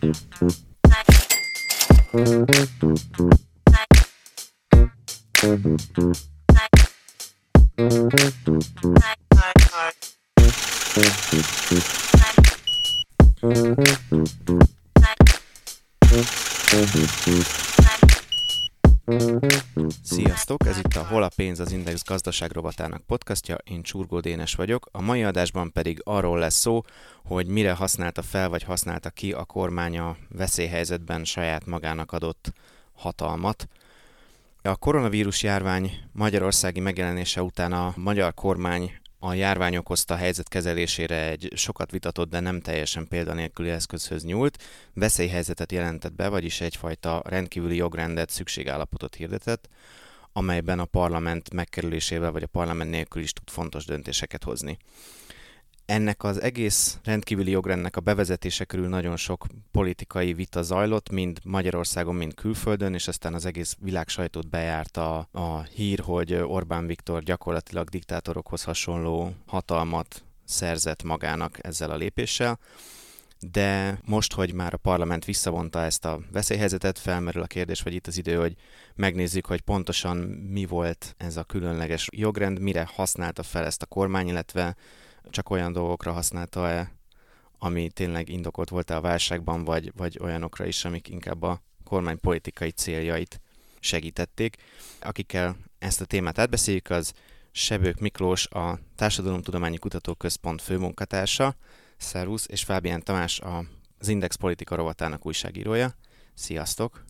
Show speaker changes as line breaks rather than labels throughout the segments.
Sziasztok! Ez itt a Hol a pénz, az Index gazdaság rovatának podcastja, én Csurgó Dénes vagyok. A mai adásban pedig arról lesz szó, hogy mire használta fel vagy használta ki a kormány a veszélyhelyzetben saját magának adott hatalmat. A koronavírus járvány magyarországi megjelenése után a magyar kormány a járvány okozta helyzet kezelésére egy sokat vitatott, de nem teljesen példanélküli eszközhöz nyúlt, veszélyhelyzetet jelentett be, vagyis egyfajta rendkívüli jogrendet, szükségállapotot hirdetett, amelyben a parlament megkerülésével vagy a parlament nélkül is tud fontos döntéseket hozni. Ennek az egész rendkívüli jogrendnek a bevezetése körül nagyon sok politikai vita zajlott, mind Magyarországon, mind külföldön, és aztán az egész világ sajtót bejárta a hír, hogy Orbán Viktor gyakorlatilag diktátorokhoz hasonló hatalmat szerzett magának ezzel a lépéssel. De most, hogy már a parlament visszavonta ezt a veszélyhelyzetet, felmerül a kérdés, vagy itt az idő, hogy megnézzük, hogy pontosan mi volt ez a különleges jogrend, mire használta fel ezt a kormány, illetve csak olyan dolgokra használta-e, ami tényleg indokolt volt-e a válságban, vagy olyanokra is, amik inkább a kormány politikai céljait segítették. Akikkel ezt a témát átbeszéljük, az Sebők Miklós, a Társadalomtudományi Kutatóközpont főmunkatársa, szervusz, és Fábián Tamás, az Index politika rovatának újságírója. Sziasztok!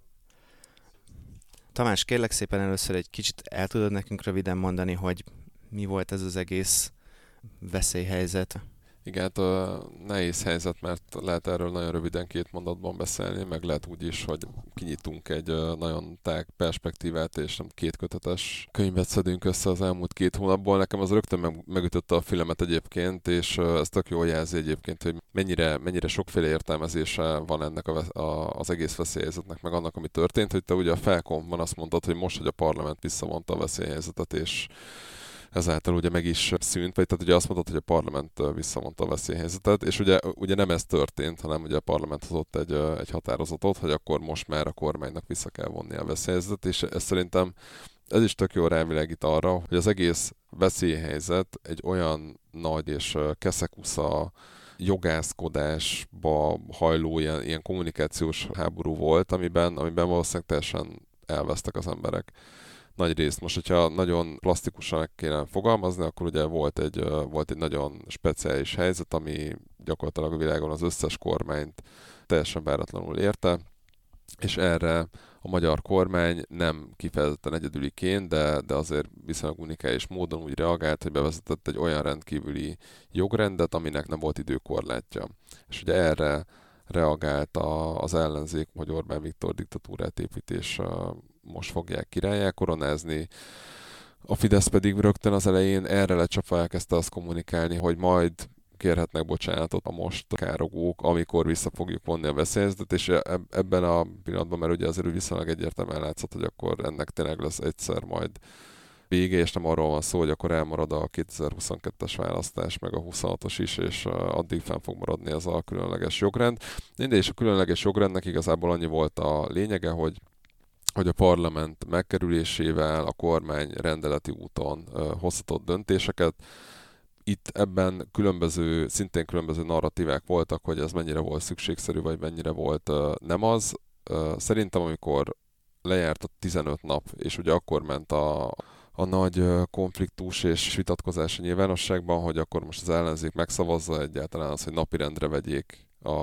Tamás, kérlek szépen először egy kicsit el tudod nekünk röviden mondani, hogy mi volt ez az egész veszélyhelyzet?
Igen, hát nehéz helyzet, mert lehet erről nagyon röviden 2 mondatban beszélni, meg lehet úgy is, hogy kinyitunk egy nagyon tág perspektívát, és nem 2 kötetes könyvet szedünk össze az elmúlt 2 hónapból. Nekem az rögtön megütötte a filmet egyébként, és ez tök jól jelzi egyébként, hogy mennyire sokféle értelmezése van ennek az egész veszélyhelyzetnek, meg annak, ami történt, hogy te ugye a Felkonban azt mondtad, hogy most, hogy a parlament visszavonta a veszélyhelyzetet, és ezáltal ugye meg is szűnt, vagy tehát ugye azt mondtad, hogy a parlament visszavonta a veszélyhelyzetet, és ugye nem ez történt, hanem ugye a parlament hozott egy határozatot, hogy akkor most már a kormánynak vissza kell vonni a veszélyhelyzetet, és ez szerintem ez is tök jól rávilágít arra, hogy az egész veszélyhelyzet egy olyan nagy és keszekusza jogászkodásba hajló ilyen kommunikációs háború volt, amiben valószínűleg teljesen elvesztek az emberek nagy részt. Most, hogyha nagyon plastikusan kéne fogalmazni, akkor ugye volt egy nagyon speciális helyzet, ami gyakorlatilag a világon az összes kormányt teljesen váratlanul érte, és erre a magyar kormány nem kifejezetten egyedüliként, de azért viszonylag unikális módon úgy reagált, hogy bevezetett egy olyan rendkívüli jogrendet, aminek nem volt időkorlátja. És ugye erre reagált az ellenzék, hogy Orbán Viktor diktatúrát épít, és most fogják királlyá koronázni. A Fidesz pedig rögtön az elején erre lecsapva elkezdte azt kommunikálni, hogy majd kérhetnek bocsánatot a most károgók, amikor vissza fogjuk vonni a veszélyhelyzetet, és ebben a pillanatban, mert ugye azért viszonylag egyértelműen látszott, hogy akkor ennek tényleg lesz egyszer majd vége, és nem arról van szó, hogy akkor elmarad a 2022-es választás, meg a 26-os is, és addig fenn fog maradni ez a különleges jogrend. És a különleges jogrendnek igazából annyi volt a lényege, hogy a parlament megkerülésével a kormány rendeleti úton hozhatott döntéseket. Itt ebben szintén különböző narratívák voltak, hogy ez mennyire volt szükségszerű, vagy mennyire volt nem az. Szerintem, amikor lejárt a 15 nap, és ugye akkor ment a nagy konfliktus és vitatkozás a nyilvánosságban, hogy akkor most az ellenzék megszavazza egyáltalán az, hogy napirendre vegyék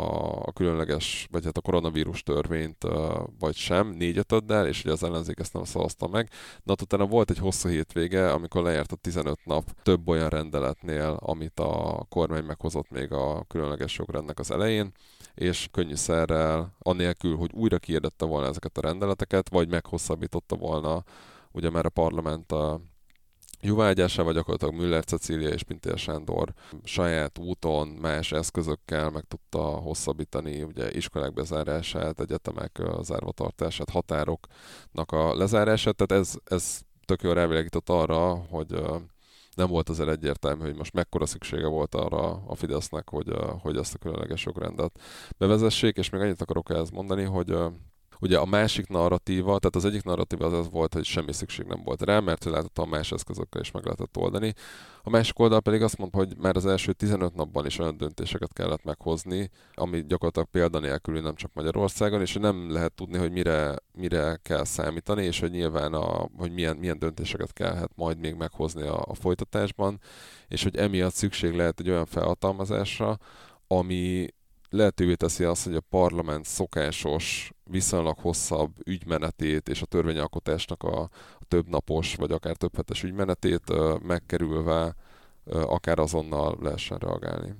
a különleges, vagy hát a koronavírus törvényt, vagy sem, 4/5-del, és ugye az ellenzék ezt nem szavazta meg. De utána volt egy hosszú hétvége, amikor lejárt a 15 nap több olyan rendeletnél, amit a kormány meghozott még a különleges jogrendnek az elején, és könnyűszerrel, anélkül, hogy újra kiirdette volna ezeket a rendeleteket, vagy meghosszabbította volna ugye már a parlament jóváhagyásával, gyakorlatilag Müller Cecília és Pintér Sándor saját úton, más eszközökkel meg tudta hosszabbítani ugye iskolák bezárását, egyetemek zárvatartását, határoknak a lezárását. Tehát ez tök jól rávilágított arra, hogy nem volt azért egyértelmű, hogy most mekkora szüksége volt arra a Fidesznek, hogy ezt a különleges jogrendet bevezessék, és még annyit akarok ehhez mondani, hogy ugye a másik narratíva, tehát az egyik narratíva az volt, hogy semmi szükség nem volt rá, mert láthatóan más eszközökkel is meg lehetett oldani. A másik oldal pedig azt mondta, hogy már az első 15 napban is olyan döntéseket kellett meghozni, ami gyakorlatilag példanélküli nem csak Magyarországon, és hogy nem lehet tudni, hogy mire kell számítani, és hogy nyilván hogy milyen döntéseket kellhet majd még meghozni a folytatásban, és hogy emiatt szükség lehet egy olyan felhatalmazásra, ami lehetővé teszi azt, hogy a parlament szokásos, viszonylag hosszabb ügymenetét és a törvényalkotásnak a több napos, vagy akár több hetes ügymenetét megkerülve akár azonnal lehessen reagálni.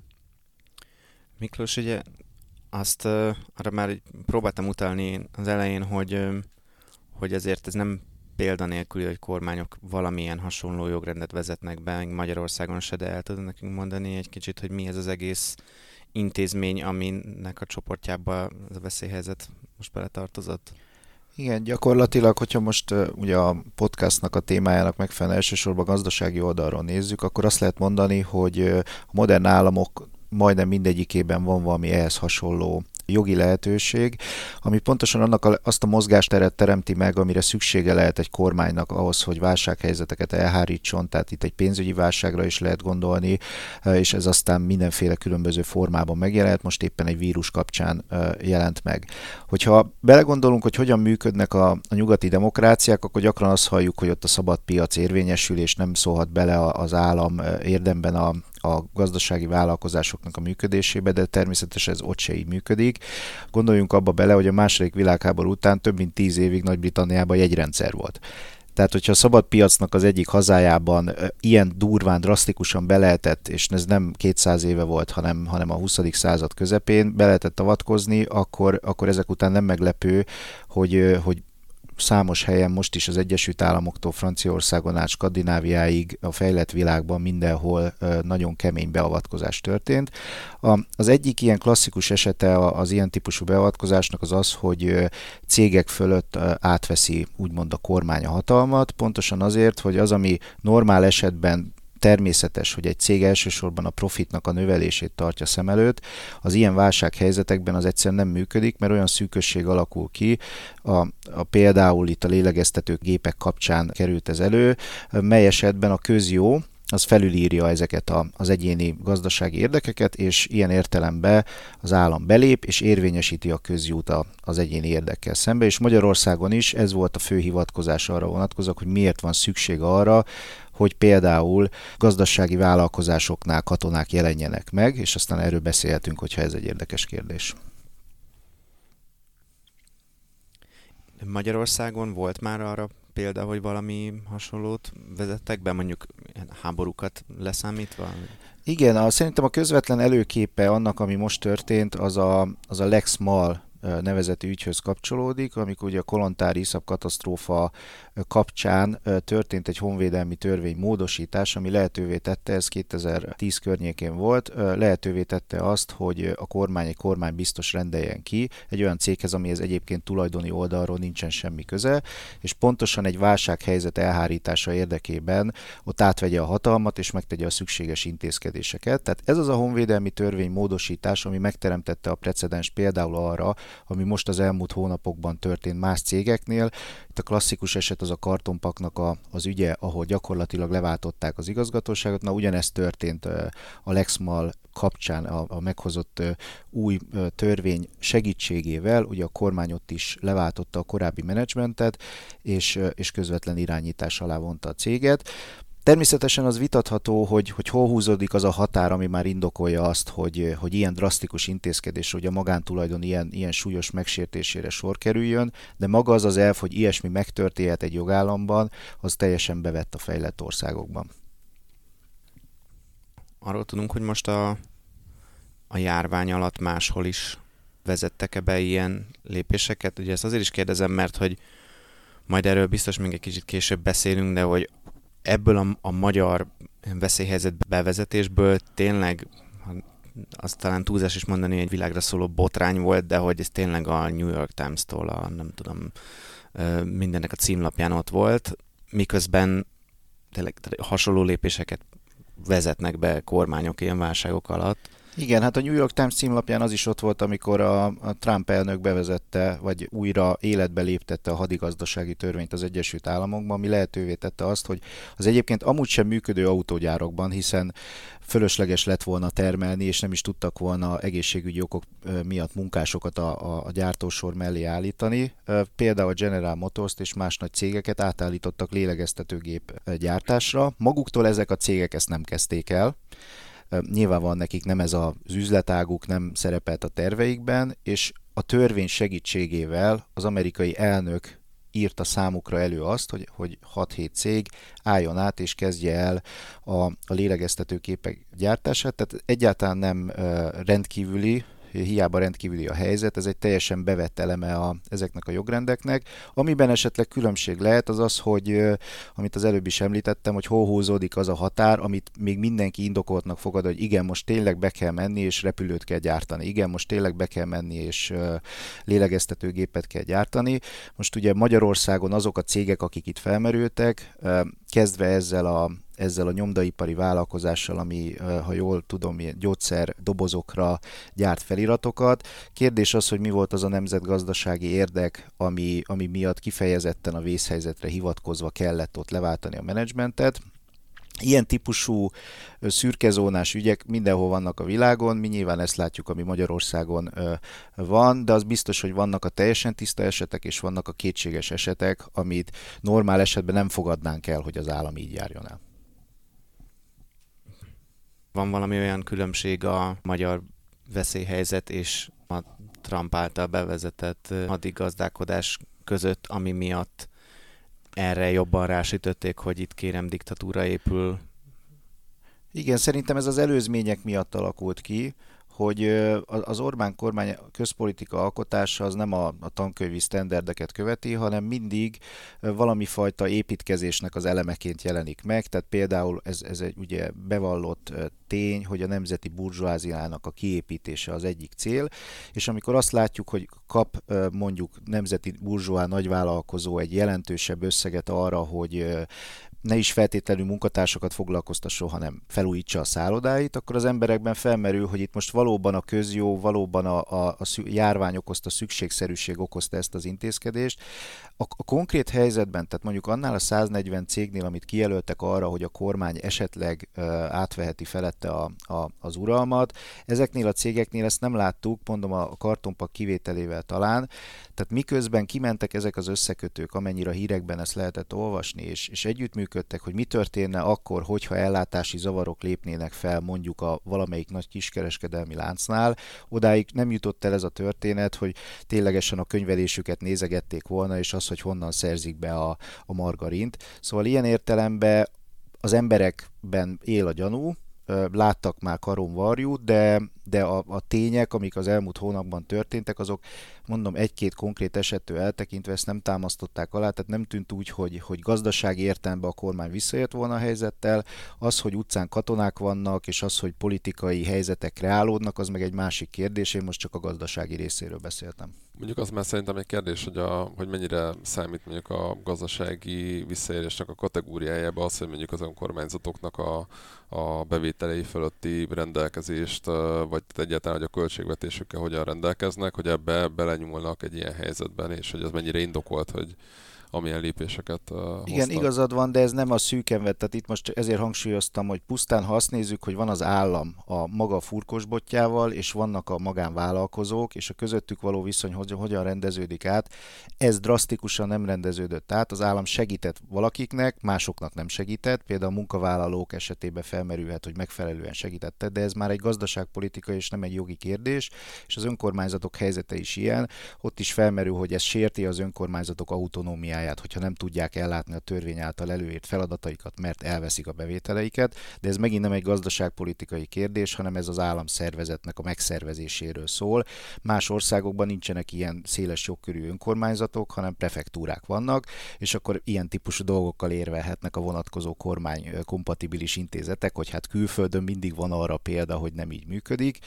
Miklós, ugye azt arra már próbáltam utalni az elején, hogy ezért ez nem példanélküli, hogy kormányok valamilyen hasonló jogrendet vezetnek be, Magyarországon se, de el tudod nekünk mondani egy kicsit, hogy mi ez az egész intézmény, aminek a csoportjába ez a veszélyhelyzet most beletartozott?
Igen, gyakorlatilag, hogyha most ugye a podcastnak a témájának megfelelően elsősorban gazdasági oldalról nézzük, akkor azt lehet mondani, hogy a modern államok majdnem mindegyikében van valami ehhez hasonló jogi lehetőség, ami pontosan azt a mozgásteret teremti meg, amire szüksége lehet egy kormánynak ahhoz, hogy válsághelyzeteket elhárítson, tehát itt egy pénzügyi válságra is lehet gondolni, és ez aztán mindenféle különböző formában megjelent, most éppen egy vírus kapcsán jelent meg. Hogyha belegondolunk, hogy hogyan működnek a nyugati demokráciák, akkor gyakran azt halljuk, hogy ott a szabad piac érvényesül, és nem szólhat bele az állam érdemben a gazdasági vállalkozásoknak a működésébe, de természetesen ez ott se így működik. Gondoljunk abba bele, hogy a második világháború után több mint 10 évig Nagy-Britanniában jegyrendszer volt. Tehát, hogyha a szabad piacnak az egyik hazájában ilyen durván, drasztikusan be lehetett, és ez nem 200 éve volt, hanem a 20. század közepén be lehetett avatkozni, akkor ezek után nem meglepő, hogy számos helyen most is az Egyesült Államoktól Franciaországon át Skandináviáig a fejlett világban mindenhol nagyon kemény beavatkozás történt. Az egyik ilyen klasszikus esete az ilyen típusú beavatkozásnak az, hogy cégek fölött átveszi úgymond a kormány a hatalmat, pontosan azért, hogy az, ami normál esetben természetes, hogy egy cég elsősorban a profitnak a növelését tartja szem előtt, az ilyen válsághelyzetekben az egyszerűen nem működik, mert olyan szűkösség alakul ki, például itt a lélegeztető gépek kapcsán került ez elő, mely esetben a közjó az felülírja ezeket az egyéni gazdasági érdekeket, és ilyen értelemben az állam belép, és érvényesíti a közjót az egyéni érdekkel szembe, és Magyarországon is ez volt a fő hivatkozás arra vonatkozóan, hogy miért van szükség arra, hogy például gazdasági vállalkozásoknál katonák jelenjenek meg, és aztán erről beszélhetünk, hogyha ez egy érdekes kérdés.
Magyarországon volt már arra példa, hogy valami hasonlót vezettek be, mondjuk háborúkat leszámítva?
Igen, szerintem a közvetlen előképe annak, ami most történt, az a Lex Mal nevezetű ügyhöz kapcsolódik, amikor ugye a kolontári iszap katasztrófa kapcsán történt egy honvédelmi törvény módosítás, ami lehetővé tette, ez 2010 környékén volt, lehetővé tette azt, hogy a kormány egy kormánybiztos rendeljen ki egy olyan céghez, amihez egyébként tulajdoni oldalról nincsen semmi köze, és pontosan egy válsághelyzet elhárítása érdekében ott átvegye a hatalmat, és megtegye a szükséges intézkedéseket. Tehát ez az a honvédelmi törvény módosítás, ami megteremtette a precedens például arra, ami most az elmúlt hónapokban történt más cégeknél. Itt a klasszikus eset az a kartonpaknak az ügye, ahol gyakorlatilag leváltották az igazgatóságot. Na, ugyanezt történt a Lexmal kapcsán a meghozott új törvény segítségével. Ugye a kormány ott is leváltotta a korábbi menedzsmentet, és közvetlen irányítás alá vonta a céget. Természetesen az vitatható, hogy hol húzódik az a határ, ami már indokolja azt, hogy ilyen drasztikus intézkedés, hogy a magántulajdon ilyen súlyos megsértésére sor kerüljön, de maga az az elv, hogy ilyesmi megtörténhet egy jogállamban, az teljesen bevett a fejlett országokban.
Arról tudunk, hogy most a járvány alatt máshol is vezettek-e be ilyen lépéseket? Ugye ezt azért is kérdezem, mert hogy majd erről biztos még egy kicsit később beszélünk, de hogy ebből a magyar veszélyhelyzet bevezetésből tényleg, azt talán túlzás is mondani, egy világra szóló botrány volt, de hogy ez tényleg a New York Times-tól nem tudom, mindennek a címlapján ott volt, miközben tényleg hasonló lépéseket vezetnek be kormányok ilyen válságok alatt.
Igen, hát a New York Times címlapján az is ott volt, amikor a Trump elnök bevezette, vagy újra életbe léptette a hadigazdasági törvényt az Egyesült Államokban, ami lehetővé tette azt, hogy az egyébként amúgy sem működő autógyárokban, hiszen fölösleges lett volna termelni, és nem is tudtak volna egészségügyi okok miatt munkásokat a gyártósor mellé állítani. Például a General Motors-t és más nagy cégeket átállítottak lélegeztetőgép gyártásra. Maguktól ezek a cégek ezt nem kezdték el. Nyilván van nekik nem ez az üzletáguk, nem szerepelt a terveikben, és a törvény segítségével az amerikai elnök írta számukra elő azt, hogy 6-7 cég álljon át és kezdje el a lélegeztetőgépek gyártását. Tehát egyáltalán nem rendkívüli, hiába rendkívüli a helyzet, ez egy teljesen bevett eleme ezeknek a jogrendeknek. Amiben esetleg különbség lehet, az az, hogy amit az előbb is említettem, hogy hol húzódik az a határ, amit még mindenki indokoltnak fogad, hogy igen, most tényleg be kell menni, és repülőt kell gyártani. Igen, most tényleg be kell menni, és lélegeztetőgépet kell gyártani. Most ugye Magyarországon azok a cégek, akik itt felmerültek, kezdve ezzel a nyomdaipari vállalkozással, ami, ha jól tudom, gyógyszerdobozokra gyárt feliratokat. Kérdés az, hogy mi volt az a nemzetgazdasági érdek, ami miatt kifejezetten a vészhelyzetre hivatkozva kellett ott leváltani a menedzsmentet. Ilyen típusú szürkezónás ügyek mindenhol vannak a világon, mi nyilván ezt látjuk, ami Magyarországon van, de az biztos, hogy vannak a teljesen tiszta esetek, és vannak a kétséges esetek, amit normál esetben nem fogadnánk el, hogy az állam így járjon el.
Van valami olyan különbség a magyar veszélyhelyzet és a Trump által bevezetett hadigazdálkodás között, ami miatt erre jobban rásütötték, hogy itt kérem diktatúra épül?
Igen, szerintem ez az előzmények miatt alakult ki, hogy az Orbán kormány közpolitika alkotása az nem a tankönyvi sztenderdeket követi, hanem mindig valami fajta építkezésnek az elemeként jelenik meg, tehát például ez egy ugye bevallott tény, hogy a nemzeti burzsóáziának a kiépítése az egyik cél, és amikor azt látjuk, hogy kap mondjuk nemzeti burzsóá nagyvállalkozó egy jelentősebb összeget arra, hogy ne is feltétlenül munkatársakat foglalkoztasson, hanem felújítsa a szállodáit, akkor az emberekben felmerül, hogy itt most valóban a közjó, valóban a járvány okozta, szükségszerűség okozta ezt az intézkedést. A konkrét helyzetben, tehát mondjuk annál a 140 cégnél, amit kijelöltek arra, hogy a kormány esetleg átveheti felette az uralmat, ezeknél a cégeknél ezt nem láttuk, mondom a kartonpak kivételével talán, tehát miközben kimentek ezek az összekötők, amennyire a hírekben ezt lehetett olvasni, és együttműködtek, hogy mi történne akkor, hogyha ellátási zavarok lépnének fel mondjuk a valamelyik nagy kiskereskedelmi láncnál, odáig nem jutott el ez a történet, hogy ténylegesen a könyvelésüket nézegették volna, és az, hogy honnan szerzik be a margarint. Szóval ilyen értelemben az emberekben él a gyanú, láttak már karonvarjút, de a tények, amik az elmúlt hónapban történtek, azok mondom egy-két konkrét esettől eltekintve ezt nem támasztották alá, tehát nem tűnt úgy, hogy gazdasági értelemben a kormány visszajött volna a helyzettel, az, hogy utcán katonák vannak, és az, hogy politikai helyzetek kreálódnak, az meg egy másik kérdés, én most csak a gazdasági részéről beszéltem.
Mondjuk az már szerintem egy kérdés, hogy mennyire számít mondjuk a gazdasági visszaérésnek a kategóriájába az, hogy mondjuk az önkormányzatoknak a bevételei fölötti rendelkezést, vagy egyáltalán, hogy a költségvetésükkel hogyan rendelkeznek, hogy ebbe belenyúlnak egy ilyen helyzetben, és hogy az mennyire indokolt, hogy amilyen lépéseket hoztak.
Igen, igazad van, de ez nem a szűken vett, tehát itt most ezért hangsúlyoztam, hogy pusztán ha azt nézzük, hogy van az állam a maga furkosbotjával, és vannak a magánvállalkozók, és a közöttük való viszony hogyan rendeződik át, ez drasztikusan nem rendeződött át, az állam segített valakiknek, másoknak nem segített, például a munkavállalók esetében felmerülhet, hogy megfelelően segítette, de ez már egy gazdaságpolitikai és nem egy jogi kérdés, és az önkormányzatok helyzete is ilyen, ott is felmerül, hogy ez sérti az önkormányzatok autonómiáját, hogyha nem tudják ellátni a törvény által előírt feladataikat, mert elveszik a bevételeiket, de ez megint nem egy gazdaságpolitikai kérdés, hanem ez az államszervezetnek a megszervezéséről szól. Más országokban nincsenek ilyen széles jogkörű önkormányzatok, hanem prefektúrák vannak, és akkor ilyen típusú dolgokkal érvelhetnek a vonatkozó kormány kompatibilis intézetek, hogy hát külföldön mindig van arra példa, hogy nem így működik.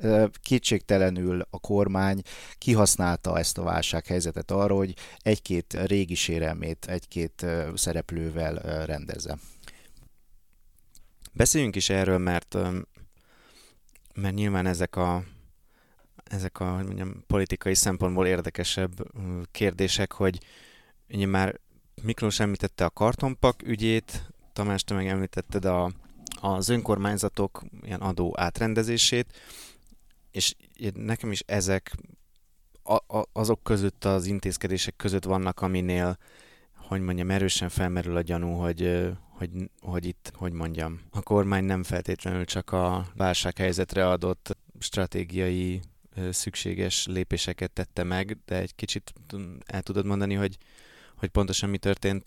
Kétségtelenül a kormány kihasználta ezt a válsághelyzetet arra, hogy egy-két régi sérelmét egy-két szereplővel rendezze.
Beszéljünk is erről, mert nyilván ezek a hogy mondjam, politikai szempontból érdekesebb kérdések, hogy ugye már Miklós említette a kartonpak ügyét, Tamás, te meg említetted az önkormányzatok ilyen adó átrendezését, és nekem is ezek azok között, az intézkedések között vannak, aminél, hogy mondjam, erősen felmerül a gyanú, hogy itt, hogy mondjam, a kormány nem feltétlenül csak a válsághelyzetre adott stratégiai szükséges lépéseket tette meg, de egy kicsit el tudod mondani, hogy pontosan mi történt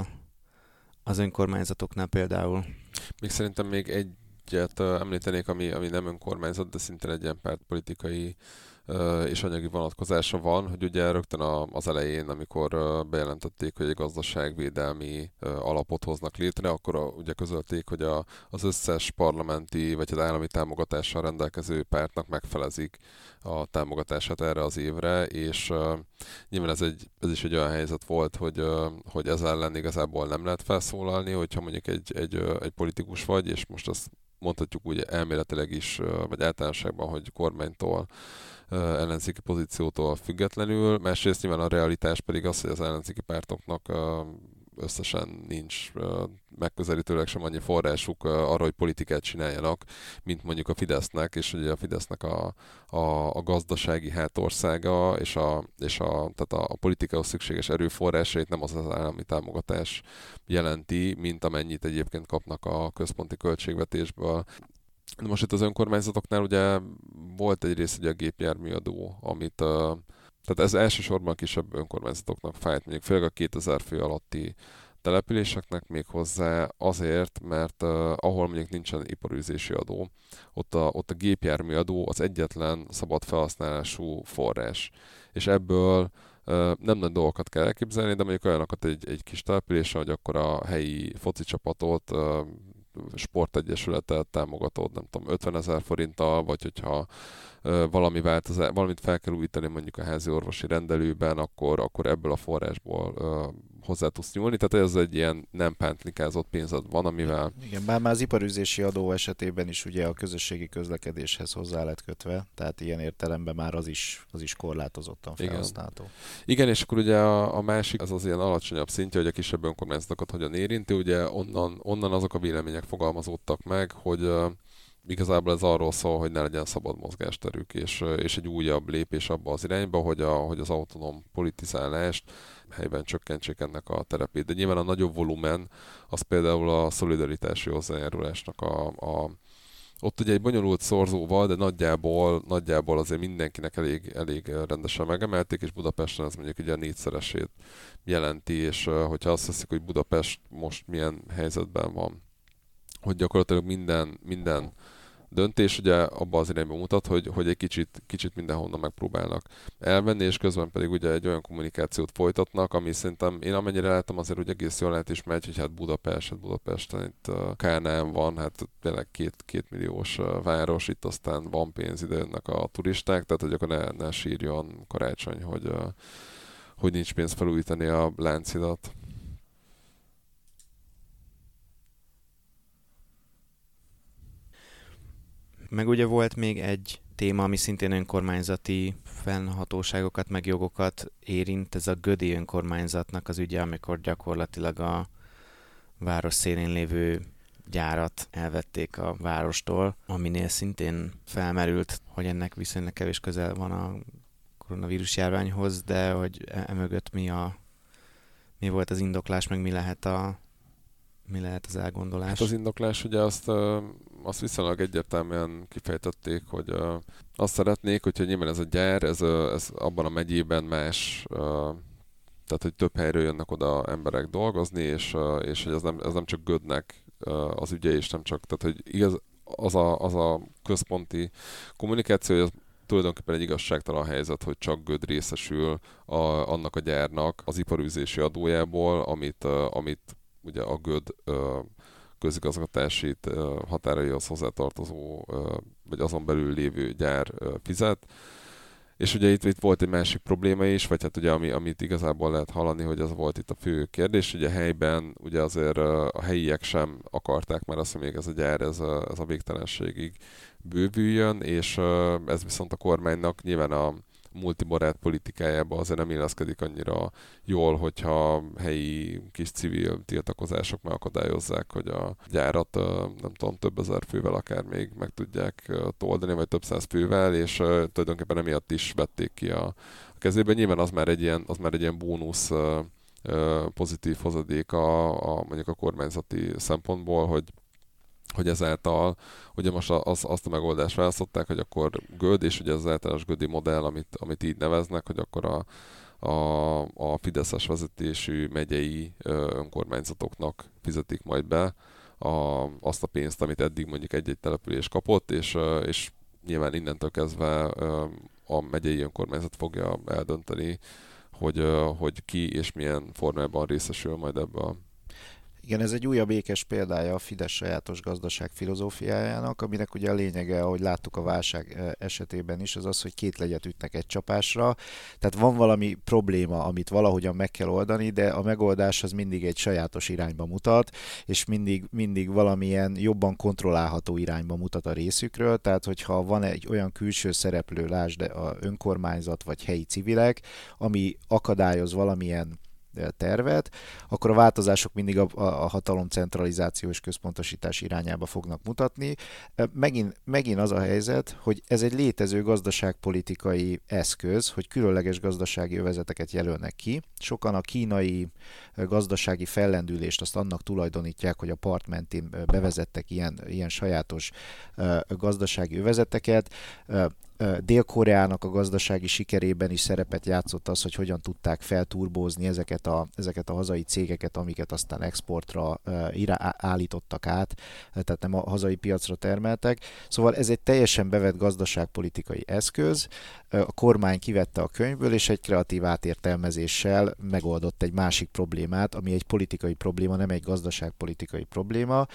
az önkormányzatoknál például?
Még szerintem még egyet említenék, ami nem önkormányzat, de szintén egy ilyen pártpolitikai és anyagi vonatkozása van, hogy ugye rögtön az elején, amikor bejelentették, hogy egy gazdaságvédelmi alapot hoznak létre, akkor ugye közölték, hogy az összes parlamenti vagy az állami támogatással rendelkező pártnak megfelezik a támogatását erre az évre, és nyilván ez is egy olyan helyzet volt, hogy ez ellen igazából nem lehet felszólalni, hogyha mondjuk egy politikus vagy, és most azt mondhatjuk úgy elméletileg is, vagy általánosságban, hogy kormánytól, ellenzéki pozíciótól függetlenül. Másrészt nyilván a realitás pedig az, hogy az ellenzéki pártoknak összesen nincs megközelítőleg sem annyi forrásuk arra, hogy politikát csináljanak, mint mondjuk a Fidesznek, és ugye a Fidesznek a gazdasági hátországa tehát a politikához szükséges erőforrásait nem az állami támogatás jelenti, mint amennyit egyébként kapnak a központi költségvetésből. Most itt az önkormányzatoknál ugye volt egy rész ugye a gépjárműadó, amit tehát ez elsősorban a kisebb önkormányzatoknak fájt, mondjuk főleg a 2000 fő alatti településeknek még hozzá azért, mert ahol mondjuk nincsen iparűzési adó, ott a gépjárműadó az egyetlen szabad felhasználású forrás. És ebből nem nagy dolgokat kell elképzelni, de mondjuk olyanokat egy kis településen, hogy akkor a helyi foci csapatot, sportegyesületet támogatod, nem tudom, 50 000 forinttal, vagy hogyha valamit fel kell újítani mondjuk a házi orvosi rendelőben, akkor ebből a forrásból hozzá tudsz nyúlni. Tehát ez egy ilyen nem pántlikázott pénzed van, amivel...
Igen, bár már az iparűzési adó esetében is ugye a közösségi közlekedéshez hozzá lett kötve, tehát ilyen értelemben már az is korlátozottan felhasználható.
Igen, és akkor ugye a másik, az ilyen alacsonyabb szintje, hogy a kisebb önkormányzatokat hogyan érinti, ugye onnan azok a vélemények fogalmazódtak meg, hogy igazából ez arról szól, hogy ne legyen szabad mozgásterük, és egy újabb lépés abba az irányba, hogy az autonóm politizálást helyben csökkentsék ennek a terepét. De nyilván a nagyobb volumen, az például a szolidaritási hozzájárulásnak ott ugye egy bonyolult szorzóval, de nagyjából azért mindenkinek elég rendesen megemelték, és Budapesten ez mondjuk ugye a 4-szeresét jelenti, és hogyha azt veszik, hogy Budapest most milyen helyzetben van, hogy gyakorlatilag minden döntés ugye abban az irányba mutat, hogy egy kicsit mindenhonnan megpróbálnak elvenni, és közben pedig ugye egy olyan kommunikációt folytatnak, ami szerintem én amennyire látom azért úgy egész jól lehet is megy, hogy hát Budapesten itt Kánán van, hát tényleg 2 milliós város, itt aztán van pénz, ide jönnek a turisták, tehát hogy akkor ne sírjon Karácsony, hogy nincs pénz felújítani a Lánchidat.
Meg ugye volt még egy téma, ami szintén önkormányzati fennhatóságokat, meg jogokat érint, ez a Gödi önkormányzatnak az ügye, amikor gyakorlatilag a város szélén lévő gyárat elvették a várostól, aminél szintén felmerült, hogy ennek viszonylag kevés közel van a koronavírus járványhoz, de hogy emögött mi volt az indoklás, meg mi lehet az elgondolás?
Hát az indoklás ugye azt viszonylag egyértelműen kifejtették, hogy azt szeretnék, hogyha nyilván ez a gyár, ez abban a megyében más, tehát hogy több helyről jönnek oda emberek dolgozni, és hogy ez nem csak Gödnek az ügye, és nem csak, tehát hogy igaz, az a központi kommunikáció, az tulajdonképpen egy igazságtalan helyzet, hogy csak Göd részesül annak a gyárnak az iparűzési adójából, amit ugye a Göd közigazgatási határaihoz hozzátartozó, vagy azon belül lévő gyár fizet. És ugye itt volt egy másik probléma is, vagy hát ugye amit igazából lehet hallani, hogy az volt itt a fő kérdés, ugye helyben ugye azért a helyiek sem akarták már azt, hogy még ez a gyár, ez a végtelenségig bővüljön, és ez viszont a kormánynak nyilván a multibarát politikájába azért nem illeszkedik annyira jól, hogyha helyi kis civil tiltakozások megakadályozzák, hogy a gyárat nem tudom, több ezer fővel akár még meg tudják toldani, vagy több száz fővel, és tulajdonképpen emiatt is vették ki a kezében. Nyilván az már egy ilyen bónusz pozitív hozadék mondjuk a kormányzati szempontból, hogy ezáltal ugye most azt a megoldást választották, hogy akkor GÖD, és ugye az általános GÖDi modell, amit így neveznek, hogy akkor a fideszes vezetésű megyei önkormányzatoknak fizetik majd be azt a pénzt, amit eddig mondjuk egy-egy település kapott, és nyilván innentől kezdve a megyei önkormányzat fogja eldönteni, hogy ki és milyen formában részesül majd ebből.
Igen, ez egy újabb ékes példája a Fidesz sajátos gazdaság filozófiájának, aminek ugye a lényege, ahogy láttuk a válság esetében is, az az, hogy két legyet ütnek egy csapásra. Tehát van valami probléma, amit valahogyan meg kell oldani, de a megoldás az mindig egy sajátos irányba mutat, és mindig valamilyen jobban kontrollálható irányba mutat a részükről. Tehát, hogyha van egy olyan külső szereplő, lásd a önkormányzat vagy helyi civilek, ami akadályoz valamilyen tervet, akkor a változások mindig a hatalom centralizáció és központosítás irányába fognak mutatni. Megint az a helyzet, hogy ez egy létező gazdaságpolitikai eszköz, hogy különleges gazdasági övezeteket jelölnek ki. Sokan a kínai gazdasági fellendülést azt annak tulajdonítják, hogy a part mentén bevezettek ilyen sajátos gazdasági övezeteket. Dél-Koreának a gazdasági sikerében is szerepet játszott az, hogy hogyan tudták felturbózni ezeket a hazai cégeket, amiket aztán exportra állítottak át, tehát nem a hazai piacra termeltek. Szóval ez egy teljesen bevett gazdaságpolitikai eszköz, a kormány kivette a könyvből, és egy kreatív átértelmezéssel megoldott egy másik problémát, ami egy politikai probléma, nem egy gazdaságpolitikai probléma,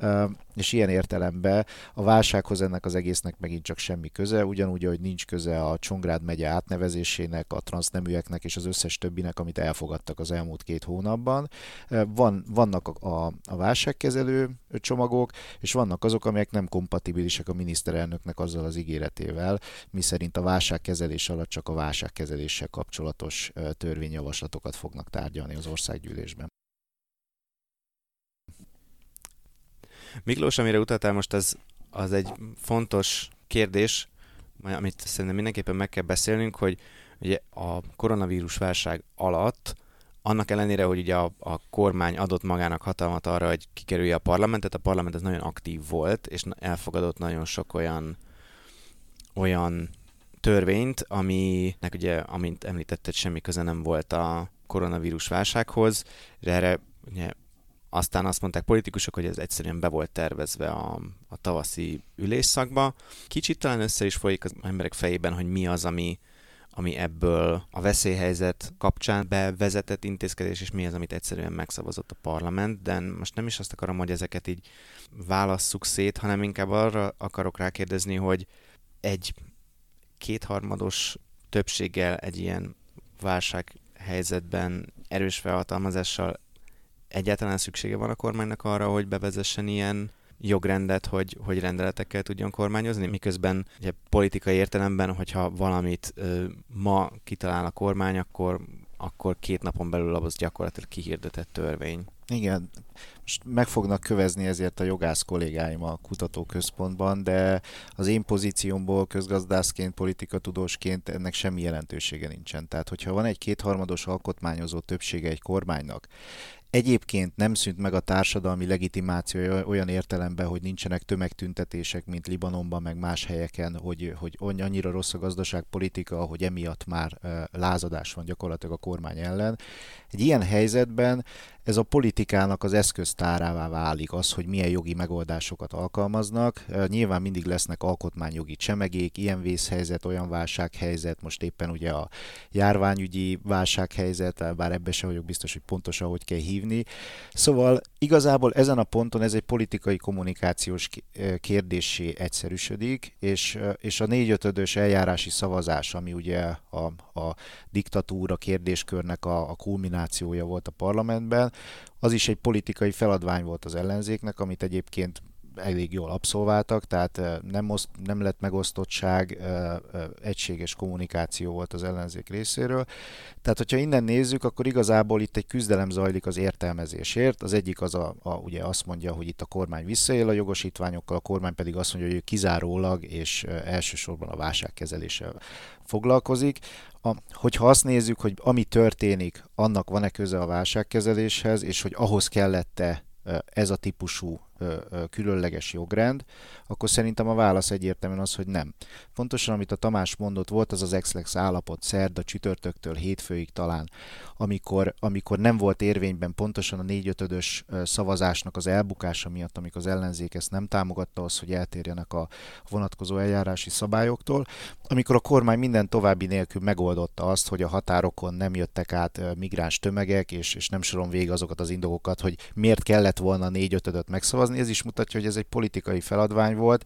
és ilyen értelemben a válsághoz ennek az egésznek megint csak semmi köze, ugyanúgy, hogy nincs köze a Csongrád megye átnevezésének, a transzneműeknek és az összes többinek, amit elfogadtak az elmúlt 2 hónapban. Vannak a válságkezelő csomagok, és vannak azok, amelyek nem kompatibilisek a miniszterelnöknek azzal az ígéretével, miszerint a válságkezelés alatt csak a válságkezeléssel kapcsolatos törvényjavaslatokat fognak tárgyalni az országgyűlésben.
Miklós, amire utaltál most, az egy fontos kérdés, amit szerintem mindenképpen meg kell beszélnünk, hogy ugye a koronavírus válság alatt, annak ellenére, hogy ugye a kormány adott magának hatalmat arra, hogy kikerülje a parlamentet, a parlament ez nagyon aktív volt, és elfogadott nagyon sok olyan törvényt, aminek ugye, amint említetted, semmi köze nem volt a koronavírus válsághoz, és erre ugye aztán azt mondták politikusok, hogy ez egyszerűen be volt tervezve a tavaszi ülésszakba. Kicsit talán össze is folyik az emberek fejében, hogy mi az, ami ebből a veszélyhelyzet kapcsán bevezetett intézkedés, és mi az, amit egyszerűen megszavazott a parlament, de most nem is azt akarom, hogy ezeket így válasszuk szét, hanem inkább arra akarok rákérdezni, hogy egy 2/3 többséggel egy ilyen válsághelyzetben erős felhatalmazással egyáltalán szüksége van a kormánynak arra, hogy bevezessen ilyen jogrendet, hogy rendeletekkel tudjon kormányozni, miközben ugye, politikai értelemben, hogyha valamit ma kitalál a kormány, akkor 2 napon belül az gyakorlatilag kihirdetett törvény.
Igen, most meg fognak kövezni ezért a jogász kollégáim a kutatóközpontban, de az én pozíciómból közgazdászként, politikatudósként ennek semmi jelentősége nincsen. Tehát, hogyha van egy 2/3 alkotmányozó többsége egy kormánynak, egyébként nem szűnt meg a társadalmi legitimációja olyan értelemben, hogy nincsenek tömegtüntetések, mint Libanonban, meg más helyeken, hogy annyira rossz a gazdaságpolitika, hogy emiatt már lázadás van gyakorlatilag a kormány ellen. Egy ilyen helyzetben ez a politikának az eszköztárává válik az, hogy milyen jogi megoldásokat alkalmaznak. Nyilván mindig lesznek alkotmányjogi csemegék, ilyen vészhelyzet, olyan válsághelyzet, most éppen ugye a járványügyi válsághelyzet, bár ebben sem vagyok biztos, hogy pontosan hogy kell hívni. Szóval igazából ezen a ponton ez egy politikai kommunikációs kérdéssé egyszerűsödik, és a 4/5-ös eljárási szavazás, ami ugye a diktatúra kérdéskörnek a kulminációja volt a parlamentben, az is egy politikai feladvány volt az ellenzéknek, amit egyébként elég jól abszolváltak, tehát nem lett megosztottság, egységes kommunikáció volt az ellenzék részéről. Tehát, hogyha innen nézzük, akkor igazából itt egy küzdelem zajlik az értelmezésért. Az egyik az ugye azt mondja, hogy itt a kormány visszaél a jogosítványokkal, a kormány pedig azt mondja, hogy ő kizárólag és elsősorban a válságkezeléssel foglalkozik. Hogyha azt nézzük, hogy ami történik, annak van-e köze a válságkezeléshez, és hogy ahhoz kellett-e ez a típusú különleges jogrend, akkor szerintem a válasz egyértelműen az, hogy nem. Pontosan, amit a Tamás mondott, volt az ex-lex állapot szerda, csütörtöktől hétfőig talán, amikor nem volt érvényben pontosan a 4/5-ös szavazásnak az elbukása miatt, amikor az ellenzék ezt nem támogatta az, hogy eltérjenek a vonatkozó eljárási szabályoktól, amikor a kormány minden további nélkül megoldotta azt, hogy a határokon nem jöttek át migráns tömegek, és nem soron végig azokat az indokokat, hogy miért kellett volna a 4/5-öt megszavazni. Ez is mutatja, hogy ez egy politikai feladvány volt,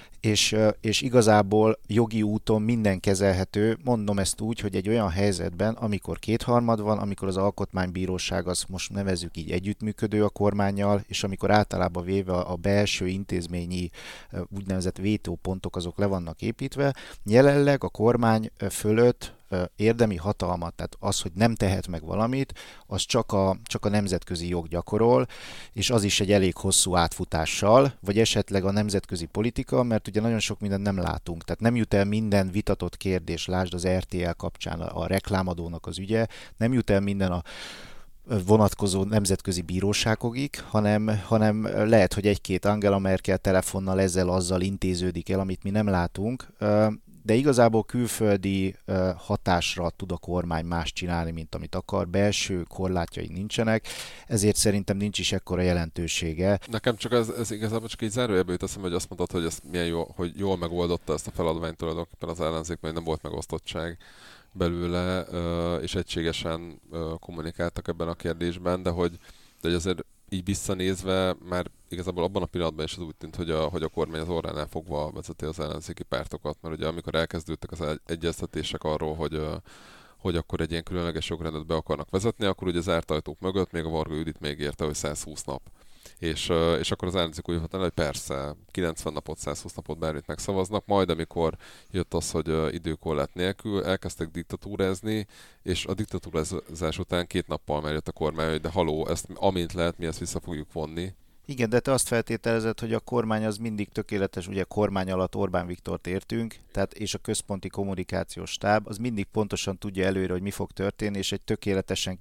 és igazából jogi úton minden kezelhető. Mondom ezt úgy, hogy egy olyan helyzetben, amikor kétharmad van, amikor az alkotmánybíróság, azt most nevezzük így, együttműködő a kormánnyal, és amikor általában véve a belső intézményi úgynevezett vétópontok azok le vannak építve, jelenleg a kormány fölött érdemi hatalmat, tehát az, hogy nem tehet meg valamit, az csak a nemzetközi jog gyakorol, és az is egy elég hosszú átfutással, vagy esetleg a nemzetközi politika, mert ugye nagyon sok mindent nem látunk, tehát nem jut el minden vitatott kérdés, lásd az RTL kapcsán a reklámadónak az ügye, nem jut el minden a vonatkozó nemzetközi bíróságokig, hanem lehet, hogy egy-két Angela Merkel telefonnal ezzel-azzal intéződik el, amit mi nem látunk, de igazából külföldi hatásra tud a kormány más csinálni, mint amit akar, belső korlátjai nincsenek, ezért szerintem nincs is ekkora jelentősége.
Nekem csak ez igazából csak egy zárójelbe jut eszembe, hogy azt mondtad, hogy ez milyen jó, hogy jól megoldotta ezt a feladványt tulajdonképpen az ellenzék, mert nem volt megosztottság belőle, és egységesen kommunikáltak ebben a kérdésben, de hogy azért így visszanézve már igazából abban a pillanatban is az úgy tűnt, hogy a kormány az orránál fogva vezeti az ellenzéki pártokat, mert ugye amikor elkezdődtek az egyeztetések arról, hogy akkor egy ilyen különleges jogrendet be akarnak vezetni, akkor ugye zárt ajtók mögött még a Varga Judit még érte, hogy 120 nap. És akkor az ellenzék úgy volt, hogy persze 90 napot, 120 napot bármit megszavaznak, majd amikor jött az, hogy időkorlát nélkül elkezdtek diktatúrázni, és a diktatúrázás után 2 nappal már jött a kormány, hogy de haló, ezt amint lehet, mi ezt vissza fogjuk vonni.
Igen, de te azt feltételezed, hogy a kormány az mindig tökéletes, ugye kormány alatt Orbán Viktort értünk, tehát és a központi kommunikációs stáb, az mindig pontosan tudja előre, hogy mi fog történni, és egy tökéletesen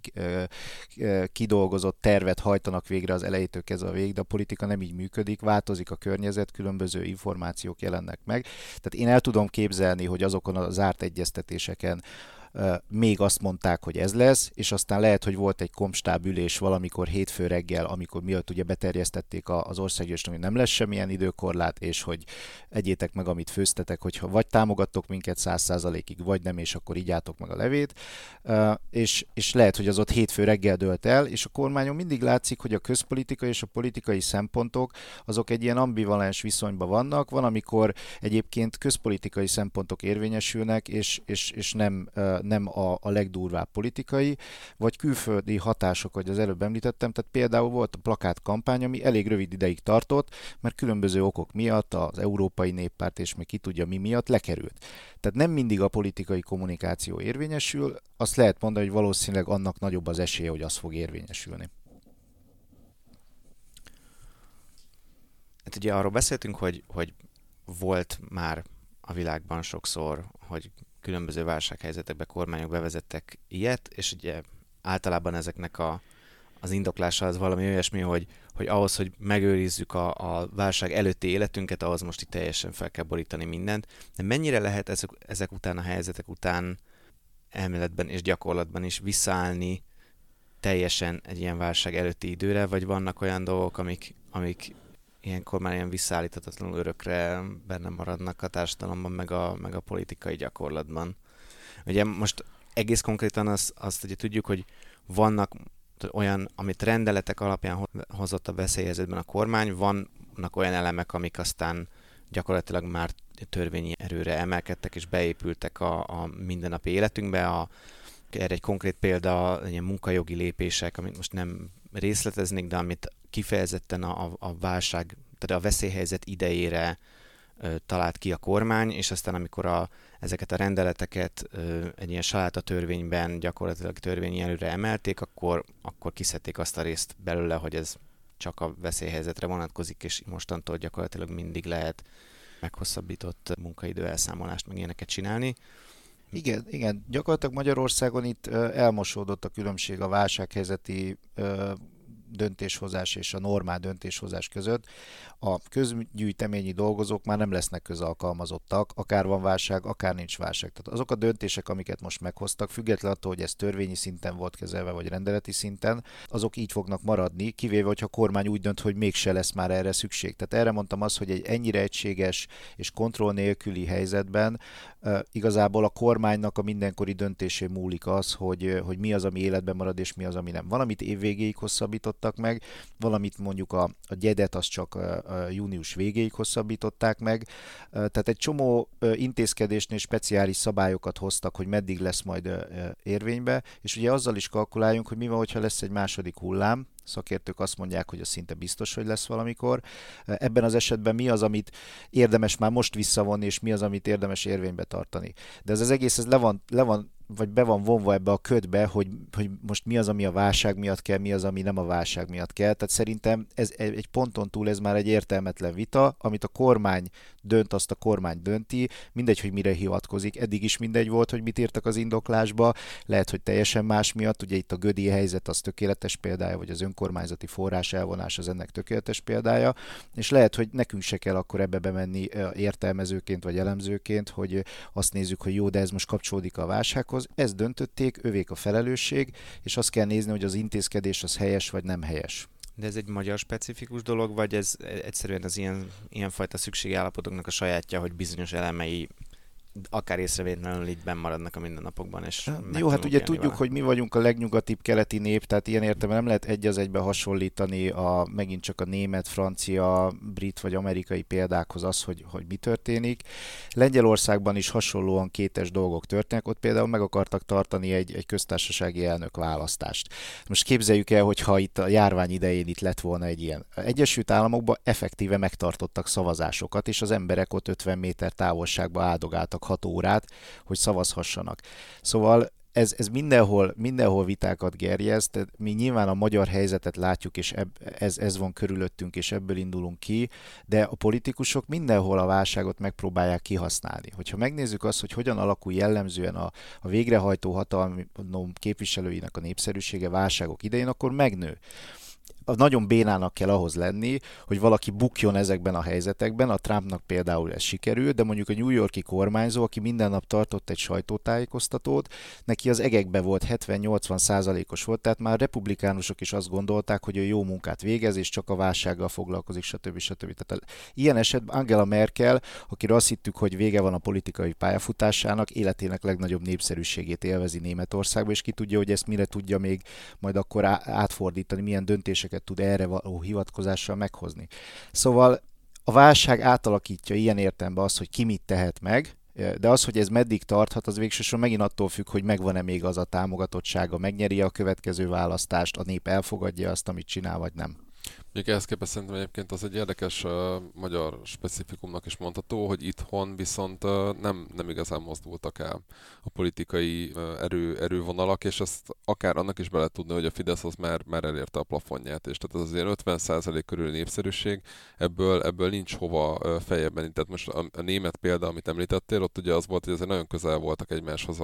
kidolgozott tervet hajtanak végre az elejétől kezdve a végig, de a politika nem így működik, változik a környezet, különböző információk jelennek meg. Tehát én el tudom képzelni, hogy azokon a zárt egyeztetéseken még azt mondták, hogy ez lesz, és aztán lehet, hogy volt egy kompstáb ülés valamikor hétfő reggel, amikor miatt ugye beterjesztették az országgyűlésre, hogy nem lesz semmilyen időkorlát, és hogy egyétek meg, amit főztetek, hogyha vagy támogattok minket 100%-ig, vagy nem, és akkor igyátok meg a levét. És lehet, hogy az ott hétfő reggel dőlt el, és a kormányon mindig látszik, hogy a közpolitika és a politikai szempontok azok egy ilyen ambivalens viszonyban vannak. Van, amikor egyébként közpolitikai szempontok érvényesülnek, és nem a legdurvább politikai, vagy külföldi hatások, hogy az előbb említettem, tehát például volt a plakátkampány, ami elég rövid ideig tartott, mert különböző okok miatt, az Európai Néppárt és még ki tudja mi miatt lekerült. Tehát nem mindig a politikai kommunikáció érvényesül, azt lehet mondani, hogy valószínűleg annak nagyobb az esélye, hogy az fog érvényesülni.
Hát ugye arról beszéltünk, hogy volt már a világban sokszor, hogy különböző válsághelyzetekben kormányok bevezettek ilyet, és ugye általában ezeknek az indoklása az valami olyasmi, hogy ahhoz, hogy megőrizzük a válság előtti életünket, ahhoz most itt teljesen fel kell borítani mindent. De mennyire lehet ezek után a helyzetek után elméletben és gyakorlatban is visszaállni teljesen egy ilyen válság előtti időre, vagy vannak olyan dolgok, amik ilyenkor már ilyen visszaállíthatatlanul örökre benne maradnak a társadalomban, meg a politikai gyakorlatban. Ugye most egész konkrétan azt ugye tudjuk, hogy vannak olyan, amit rendeletek alapján hozott a veszélyhelyzetben a kormány, vannak olyan elemek, amik aztán gyakorlatilag már törvényi erőre emelkedtek és beépültek a mindennapi életünkbe. Erre egy konkrét példa, ilyen munkajogi lépések, amit most nem részleteznék, de amit kifejezetten a válság, tehát a veszélyhelyzet idejére talált ki a kormány, és aztán amikor ezeket a rendeleteket egy ilyen salátatörvényben gyakorlatilag törvényi előre emelték, akkor kiszedték azt a részt belőle, hogy ez csak a veszélyhelyzetre vonatkozik, és mostantól gyakorlatilag mindig lehet meghosszabbított munkaidő elszámolást, meg ilyeneket csinálni.
Igen. Gyakorlatilag Magyarországon itt elmosódott a különbség a válsághelyzeti döntéshozás és a normál döntéshozás között. A közgyűjteményi dolgozók már nem lesznek közalkalmazottak, akár van válság, akár nincs válság. Tehát azok a döntések, amiket most meghoztak, függetlenül attól, hogy ez törvényi szinten volt kezelve, vagy rendeleti szinten, azok így fognak maradni, kivéve, hogyha a kormány úgy dönt, hogy mégse lesz már erre szükség. Tehát erre mondtam azt, hogy egy ennyire egységes és kontroll nélküli helyzetben igazából a kormánynak a mindenkori döntésén múlik az, hogy mi az, ami életben marad, és mi az, ami nem. Valamit évvégéig hosszabbítottak meg, valamit mondjuk a gyedet az csak a június végéig hosszabbították meg. Tehát egy csomó intézkedésnél speciális szabályokat hoztak, hogy meddig lesz majd érvénybe, és ugye azzal is kalkuláljunk, hogy mi van, hogyha lesz egy második hullám. Szakértők azt mondják, hogy az szinte biztos, hogy lesz valamikor. Ebben az esetben mi az, amit érdemes már most visszavonni, és mi az, amit érdemes érvénybe tartani. De ez az egész, ez le van vagy be van vonva ebbe a ködbe, hogy most mi az, ami a válság miatt kell, mi az, ami nem a válság miatt kell. Tehát szerintem ez egy ponton túl ez már egy értelmetlen vita, amit a kormány dönt, azt a kormány dönti, mindegy, hogy mire hivatkozik. Eddig is mindegy volt, hogy mit írtak az indoklásba, lehet, hogy teljesen más miatt, ugye itt a gödi helyzet az tökéletes példája, vagy az önkormányzati forrás elvonás az ennek tökéletes példája, és lehet, hogy nekünk se kell akkor ebbe bemenni értelmezőként vagy elemzőként, hogy azt nézzük, hogy jó, de ez most kapcsolódik a válsághoz. Ezt döntötték, övék a felelősség, és azt kell nézni, hogy az intézkedés az helyes vagy nem helyes.
De ez egy magyar specifikus dolog, vagy ez egyszerűen az ilyenfajta szükségállapotoknak a sajátja, hogy bizonyos elemei akár észrevétlenül így benn maradnak a mindennapokban, és
jó, hát ugye tudjuk, hogy mi vagyunk a legnyugatibb keleti nép, tehát ilyen értelemben nem lehet egy az egybe hasonlítani megint csak a német, francia, brit vagy amerikai példákhoz az, hogy mi történik. Lengyelországban is hasonlóan kétes dolgok történnek, ott például meg akartak tartani egy köztársasági elnök választást. Most képzeljük el, hogyha itt a járvány idején itt lett volna egy ilyen. Egyesült Államokban effektíve megtartottak szavazásokat, és az emberek ott 50 méter távolságba áldogáltak 6 órát, hogy szavazhassanak. Szóval ez mindenhol vitákat gerjeszt, mi nyilván a magyar helyzetet látjuk, és ez van körülöttünk, és ebből indulunk ki, de a politikusok mindenhol a válságot megpróbálják kihasználni. Hogyha megnézzük azt, hogy hogyan alakul jellemzően a végrehajtó hatalom képviselőinek a népszerűsége válságok idején, akkor megnő. Nagyon bénának kell ahhoz lenni, hogy valaki bukjon ezekben a helyzetekben, a Trumpnak például ez sikerül, de mondjuk a New York-i kormányzó, aki minden nap tartott egy sajtótájékoztatót, neki az egekbe volt, 70-80%-os volt, tehát már republikánusok is azt gondolták, hogy ő jó munkát végez, és csak a válsággal foglalkozik, stb. Tehát ilyen esetben Angela Merkel, akiről azt hittük, hogy vége van a politikai pályafutásának, életének legnagyobb népszerűségét élvezi Németországban, és ki tudja, hogy ezt mire tudja még majd akkor átfordítani, milyen döntéseket tud erre való hivatkozással meghozni. Szóval a válság átalakítja ilyen értelemben azt, hogy ki mit tehet meg, de az, hogy ez meddig tarthat, az végsősorban megint attól függ, hogy megvan-e még az a támogatottsága, megnyeri a következő választást, a nép elfogadja azt, amit csinál, vagy nem.
Még ehhez képest szerintem egyébként az egy érdekes magyar specifikumnak is mondható, hogy itthon viszont nem igazán mozdultak el a politikai erővonalak, és ezt akár annak is bele tudni, hogy a Fidesz az már elérte a plafonját, és tehát az azért 50% körüli népszerűség, ebből nincs hova feljebb menni. Tehát most a német példa, amit említettél, ott ugye az volt, hogy azért nagyon közel voltak egymáshoz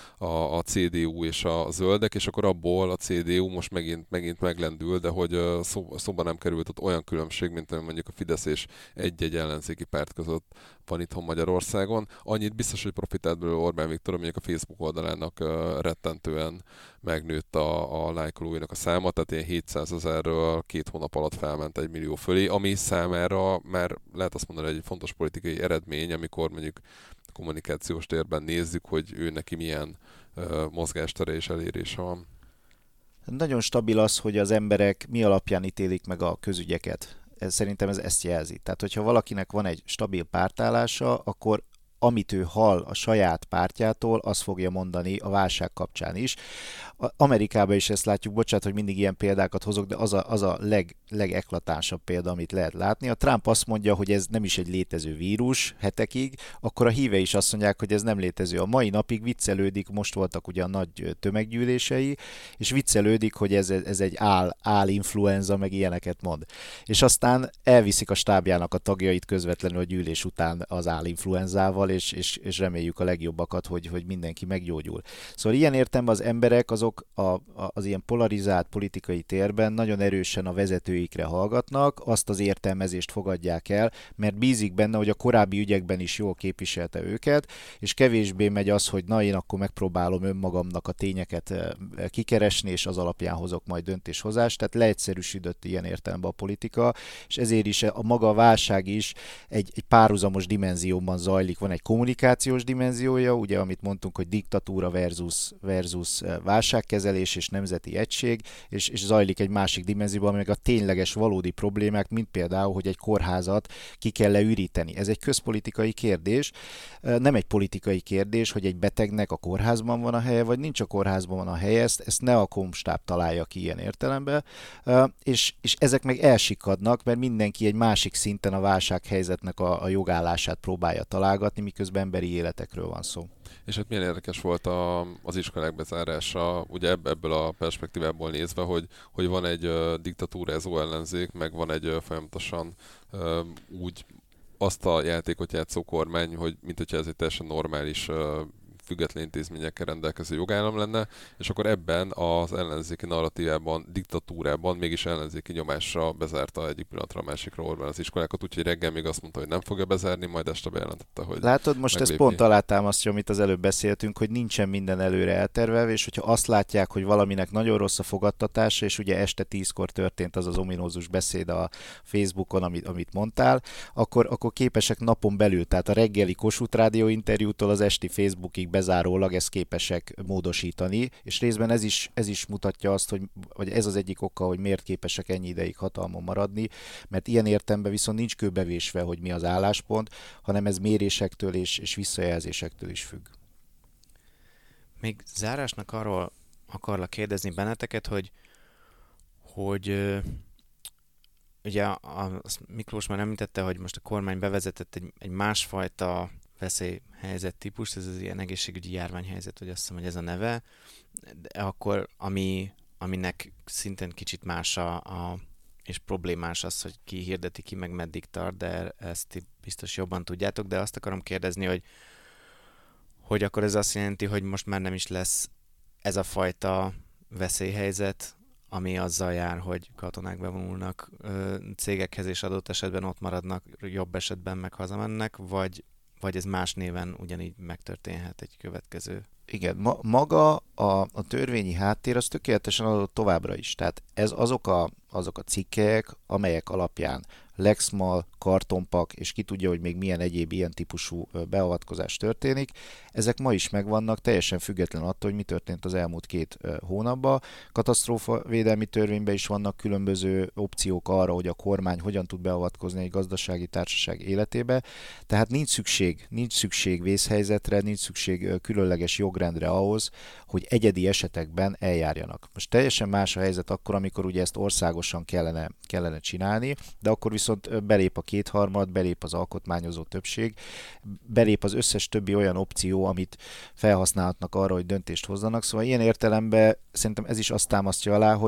a CDU és a zöldek, és akkor abból a CDU most megint meglendül, de hogy szó szóban nem került ott olyan különbség, mint ami mondjuk a Fidesz és egy-egy ellenzéki párt között van itthon Magyarországon. Annyit biztos, hogy profitált belőle Orbán Viktor, mondjuk a Facebook oldalának rettentően megnőtt a lájkolóinak a száma, tehát ilyen 700 000-ről 2 hónap alatt felment 1 millió fölé, ami számára már lehet azt mondani, hogy egy fontos politikai eredmény, amikor mondjuk kommunikációs térben nézzük, hogy ő neki milyen mozgástere és elérése van.
Nagyon stabil az, hogy az emberek mi alapján ítélik meg a közügyeket. Szerintem ez ezt jelzi. Tehát, hogyha valakinek van egy stabil pártállása, akkor amit ő hall a saját pártjától, azt fogja mondani a válság kapcsán is. Amerikában is ezt látjuk, bocsánat, hogy mindig ilyen példákat hozok, de az a legeklatánsabb példa, amit lehet látni. A Trump azt mondja, hogy ez nem is egy létező vírus hetekig, akkor a hívei is azt mondják, hogy ez nem létező. A mai napig viccelődik, most voltak ugye a nagy tömeggyűlései, és viccelődik, hogy ez egy álinfluenza, meg ilyeneket mond. És aztán elviszik a stábjának a tagjait közvetlenül a gyűlés után az álinfluenzával, és reméljük a legjobbakat, hogy mindenki meggyógyul. Szóval ilyen értelemben az emberek azok az ilyen polarizált politikai térben nagyon erősen a vezetőikre hallgatnak, azt az értelmezést fogadják el, mert bízik benne, hogy a korábbi ügyekben is jól képviselte őket, és kevésbé megy az, hogy na én akkor megpróbálom önmagamnak a tényeket kikeresni, és az alapján hozok majd döntéshozást. Tehát leegyszerűsödött ilyen értelemben a politika, és ezért is a maga a válság is egy párhuzamos dimenzióban zajlik. Van egy kommunikációs dimenziója, ugye amit mondtunk, hogy diktatúra versus válságkezelés és nemzeti egység, és zajlik egy másik dimenzióban, meg a tényleges valódi problémák, mint például, hogy egy kórházat ki kell leüríteni. Ez egy közpolitikai kérdés, nem egy politikai kérdés, hogy egy betegnek a kórházban van a helye, vagy nincs a kórházban van a helye, ezt ne a komstáb találja ki ilyen értelemben, és ezek meg elsikadnak, mert mindenki egy másik szinten a válsághelyzetnek a jogállását próbálja találgatni, miközben emberi életekről van szó.
És hát milyen érdekes volt az iskolák bezárása, ugye ebből a perspektívából nézve, hogy van egy diktatúrázó ellenzék, meg van egy folyamatosan úgy azt a játékot játszó kormány, hogy mint hogyha ez egy teljesen normális független intézményekkel rendelkező jogállam lenne, és akkor ebben az ellenzéki narratívában, diktatúrában mégis ellenzéki nyomásra bezárta egyik pillanatra a másikra Orbán az iskolákat, úgyhogy reggel még azt mondta, hogy nem fogja bezárni, majd este bejelentette, hogy
látod, most meglépi. Ez pont alátámasztja, amit az előbb beszéltünk, hogy nincsen minden előre eltervelve, és hogyha azt látják, hogy valaminek nagyon rossz a fogadtatása, és ugye este 10-kor történt az ominózus beszéd a Facebookon, amit mondtál, akkor képesek napon belül, tehát a reggeli Kossuth Rádió interjútól az esti Facebookig bezárólag ezt képesek módosítani, és részben ez is mutatja azt, hogy ez az egyik oka, hogy miért képesek ennyi ideig hatalmon maradni, mert ilyen értelemben viszont nincs kőbevésve, hogy mi az álláspont, hanem ez mérésektől és visszajelzésektől is függ.
Még zárásnak arról akarlak kérdezni benneteket, hogy ugye Miklós már említette, hogy most a kormány bevezetett egy másfajta veszélyhelyzet típust, ez az ilyen egészségügyi járványhelyzet, hogy azt hiszem, hogy ez a neve, de akkor aminek szintén kicsit más és problémás az, hogy ki hirdeti ki, meg meddig tart, de ezt biztos jobban tudjátok, de azt akarom kérdezni, hogy akkor ez azt jelenti, hogy most már nem is lesz ez a fajta veszélyhelyzet, ami azzal jár, hogy katonák bevonulnak cégekhez, és adott esetben ott maradnak, jobb esetben meg hazamennek, vagy ez más néven ugyanígy megtörténhet egy következő?
Igen, maga a törvényi háttér az tökéletesen adott továbbra is. Tehát ez azok a cikkek, amelyek alapján Lexmal, kartonpak, és ki tudja, hogy még milyen egyéb ilyen típusú beavatkozás történik. Ezek ma is megvannak, teljesen független attól, hogy mi történt az elmúlt 2 hónapban. Katasztrófavédelmi törvényben is vannak különböző opciók arra, hogy a kormány hogyan tud beavatkozni egy gazdasági társaság életébe. Tehát nincs szükség vészhelyzetre, nincs szükség különleges jogrendre ahhoz, hogy egyedi esetekben eljárjanak. Most teljesen más a helyzet akkor, amikor ugye ezt országosan kellene csinálni, de akkor viszont belép a 2/3, belép az alkotmányozó többség, belép az összes többi olyan opció, amit felhasználhatnak arra, hogy döntést hozzanak. Szóval ilyen értelemben szerintem ez is azt támasztja alá, hogy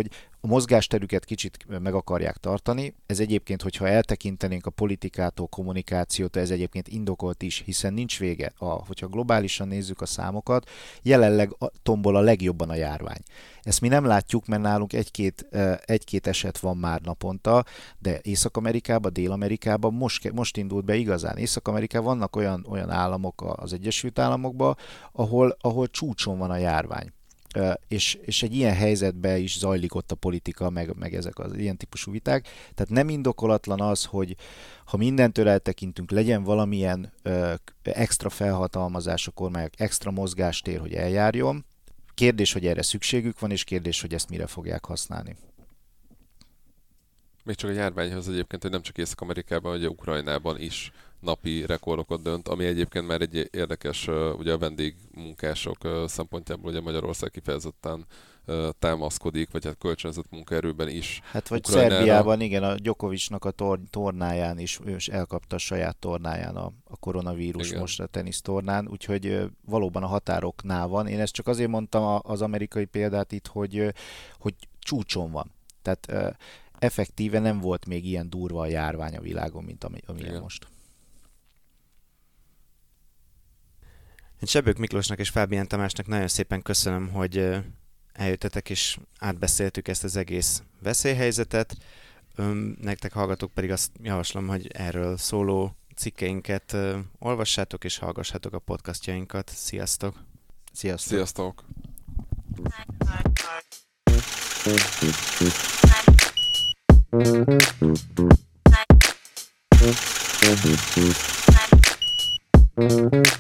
a mozgásterüket kicsit meg akarják tartani. Ez egyébként, hogyha eltekintenénk a politikától, kommunikációtól, ez egyébként indokolt is, hiszen nincs vége. Hogyha globálisan nézzük a számokat, jelenleg tombol a legjobban a járvány. Ezt mi nem látjuk, mert nálunk egy-két eset van már naponta, de Észak-Amerikában, Dél-Amerikában most indult be igazán. Észak-Amerikában vannak olyan államok az Egyesült Államokban, ahol csúcson van a járvány. És egy ilyen helyzetben is zajlik ott a politika, meg ezek az ilyen típusú viták. Tehát nem indokolatlan az, hogy ha mindentől eltekintünk, legyen valamilyen extra felhatalmazás a kormányok, extra mozgástér, hogy eljárjon. Kérdés, hogy erre szükségük van, és kérdés, hogy ezt mire fogják használni.
Még csak a járványhoz egyébként, hogy nem csak Észak-Amerikában, ugye Ukrajnában is napi rekordokat dönt, ami egyébként már egy érdekes, ugye a vendégmunkások szempontjából ugye Magyarország kifejezetten támaszkodik, vagy hát kölcsönzött munkaerőben is.
Hát vagy Ukrajnára. Szerbiában, igen, a Djokovicnak a tornáján is, ő is elkapta a saját tornáján a koronavírus, igen. Most a tenisztornán, úgyhogy valóban a határoknál van. Én ezt csak azért mondtam az amerikai példát itt, hogy csúcson van. Tehát effektíve nem volt még ilyen durva a járvány a világon, mint amilyen most.
Én Sebők Miklósnak és Fábián Tamásnak nagyon szépen köszönöm, hogy eljöttetek és átbeszéltük ezt az egész veszélyhelyzetet. Nektek hallgatók pedig azt javaslom, hogy erről szóló cikkeinket olvassátok és hallgassátok a podcastjainkat. Sziasztok!
Sziasztok! Sziasztok!